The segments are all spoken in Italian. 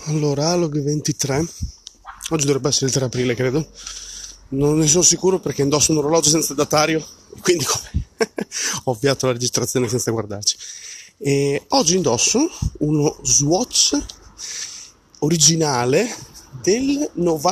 Allora, Alog 23, oggi dovrebbe essere il 3 aprile credo, non ne sono sicuro perché indosso un orologio senza datario, quindi ho avviato la registrazione senza guardarci. E oggi indosso uno Swatch originale del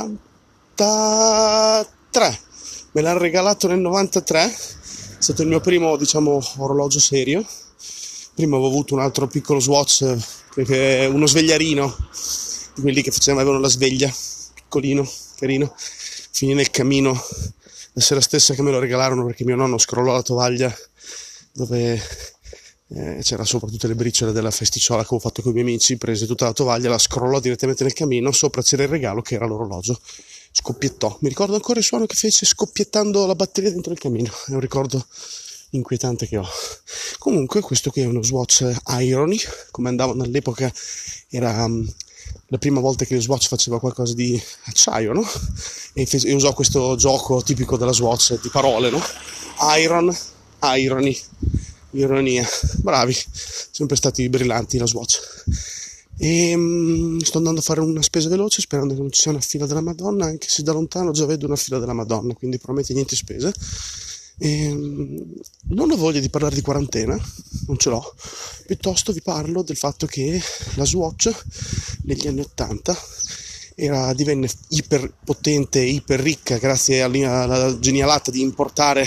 93, me l'hanno regalato nel 93, è stato il mio primo, orologio serio. Prima avevo avuto un altro piccolo Swatch, perché uno svegliarino, di quelli che avevano la sveglia, piccolino, carino, finì nel camino la sera stessa che me lo regalarono perché mio nonno scrollò la tovaglia dove c'era sopra tutte le briciole della festicciola che avevo fatto con i miei amici, prese tutta la tovaglia, la scrollò direttamente nel camino, sopra c'era il regalo che era l'orologio, scoppiettò, mi ricordo ancora il suono che fece scoppiettando la batteria dentro il camino, è un ricordo inquietante che ho. Comunque questo qui è uno Swatch Irony, come andavano all'epoca, era la prima volta che lo Swatch faceva qualcosa di acciaio, no? E usò questo gioco tipico della Swatch di parole, no? Irony, ironia, bravi, sempre stati brillanti la Swatch. E sto andando a fare una spesa veloce sperando che non ci sia una fila della Madonna, anche se da lontano già vedo una fila della Madonna, quindi probabilmente niente spese. Non ho voglia di parlare di quarantena, non ce l'ho, piuttosto vi parlo del fatto che la Swatch negli anni 80 divenne iper potente, iper ricca grazie alla genialata di importare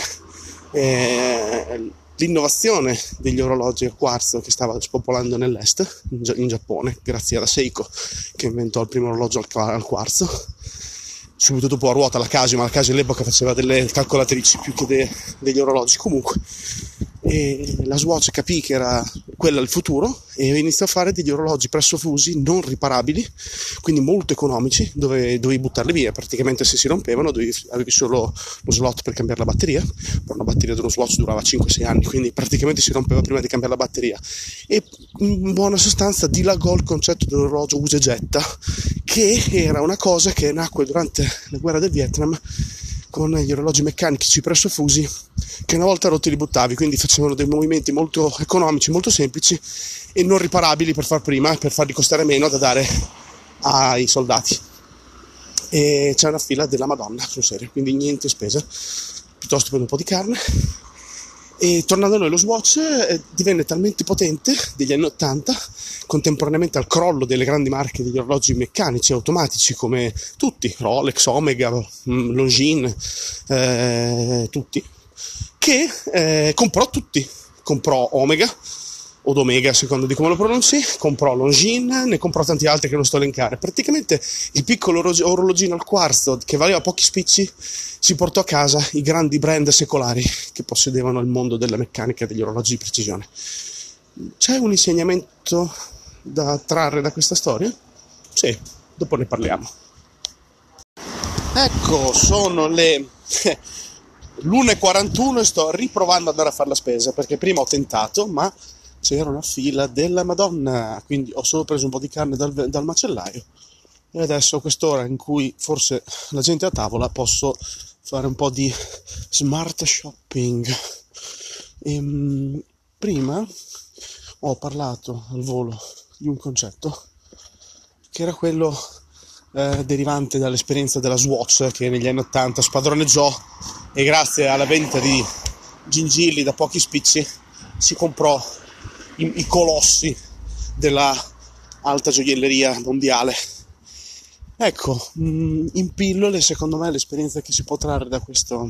l'innovazione degli orologi a quarzo che stava spopolando nell'est, in Giappone, grazie alla Seiko che inventò il primo orologio al quarzo. Subito dopo a ruota la Casio, ma la Casio all'epoca faceva delle calcolatrici più che degli orologi. Comunque la Swatch capì che era quella il futuro e iniziò a fare degli orologi presso fusi non riparabili, quindi molto economici, dove dovevi buttarli via, praticamente se si rompevano avevi solo lo slot per cambiare la batteria, però una batteria dello Swatch durava 5-6 anni, quindi praticamente si rompeva prima di cambiare la batteria, e in buona sostanza dilagò il concetto dell'orologio usa e getta, che era una cosa che nacque durante la guerra del Vietnam con gli orologi meccanici presso fusi che una volta rotti li buttavi, quindi facevano dei movimenti molto economici, molto semplici e non riparabili per far prima, per farli costare meno da dare ai soldati. E c'è una fila della Madonna sul serio, quindi niente spesa, piuttosto prendo un po' di carne. E tornando a noi, lo Swatch divenne talmente potente degli anni 80, contemporaneamente al crollo delle grandi marche degli orologi meccanici automatici come tutti, Rolex, Omega, Longines, tutti, che comprò Omega o Omega secondo di come lo pronunci, comprò Longines, ne comprò tanti altri che non sto a elencare. Praticamente il piccolo orologino al quarzo che valeva pochi spicci si portò a casa i grandi brand secolari che possedevano il mondo della meccanica e degli orologi di precisione. C'è un insegnamento da trarre da questa storia? Sì, dopo ne parliamo. Ecco, sono le l'1:41 e sto riprovando ad andare a fare la spesa, perché prima ho tentato, ma c'era una fila della Madonna, quindi ho solo preso un po' di carne dal macellaio e adesso a quest'ora in cui forse la gente è a tavola posso fare un po' di smart shopping. Prima ho parlato al volo di un concetto che era quello derivante dall'esperienza della Swatch che negli anni 80 spadroneggiò, e grazie alla vendita di gingilli da pochi spicci si comprò i colossi della alta gioielleria mondiale. Ecco, in pillole secondo me l'esperienza che si può trarre da questo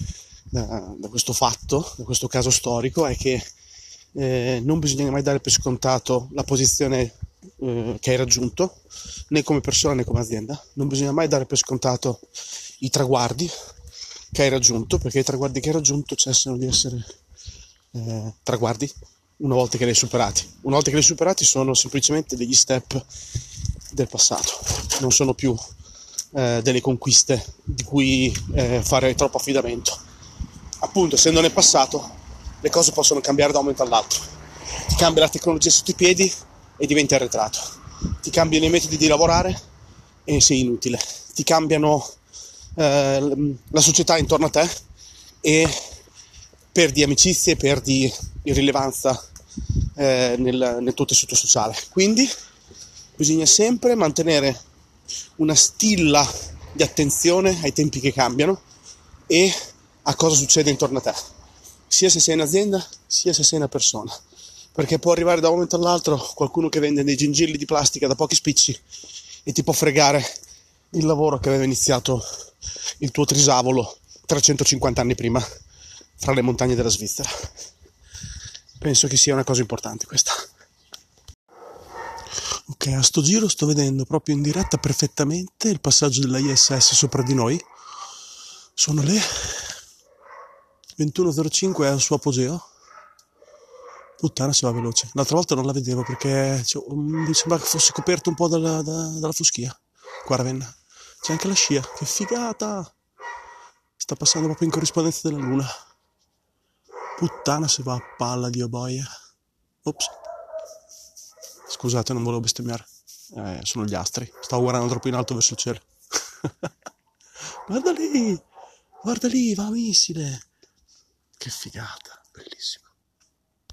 fatto, da questo caso storico, è che non bisogna mai dare per scontato la posizione che hai raggiunto, né come persona né come azienda. Non bisogna mai dare per scontato i traguardi che hai raggiunto, perché i traguardi che hai raggiunto cessano di essere traguardi una volta che li hai superati. Una volta che li hai superati sono semplicemente degli step del passato, non sono più delle conquiste di cui fare troppo affidamento. Appunto, essendo nel passato, le cose possono cambiare da un momento all'altro. Ti cambia la tecnologia sotto i piedi e diventi arretrato. Ti cambiano i metodi di lavorare e sei inutile. Ti cambiano la società intorno a te e perdi amicizie, perdi rilevanza nel tuo tessuto sociale. Quindi Bisogna sempre mantenere una stilla di attenzione ai tempi che cambiano e a cosa succede intorno a te, sia se sei in azienda sia se sei una persona, perché può arrivare da un momento all'altro qualcuno che vende dei gingilli di plastica da pochi spicci e ti può fregare il lavoro che aveva iniziato il tuo trisavolo 350 anni prima fra le montagne della Svizzera. Penso che sia una cosa importante questa. Ok, a sto giro sto vedendo proprio in diretta perfettamente il passaggio della ISS sopra di noi. Sono le 21:05, è al suo apogeo. Puttana, se va veloce. L'altra volta non la vedevo perché mi sembra che fosse coperto un po' dalla foschia. Qua Ravenna. C'è anche la scia, che figata! Sta passando proprio in corrispondenza della luna. Puttana, se va a palla, Dio boia. Ops. Scusate, non volevo bestemmiare. Sono gli astri. Stavo guardando troppo in alto verso il cielo. Guarda lì, va un missile. Che figata, bellissimo.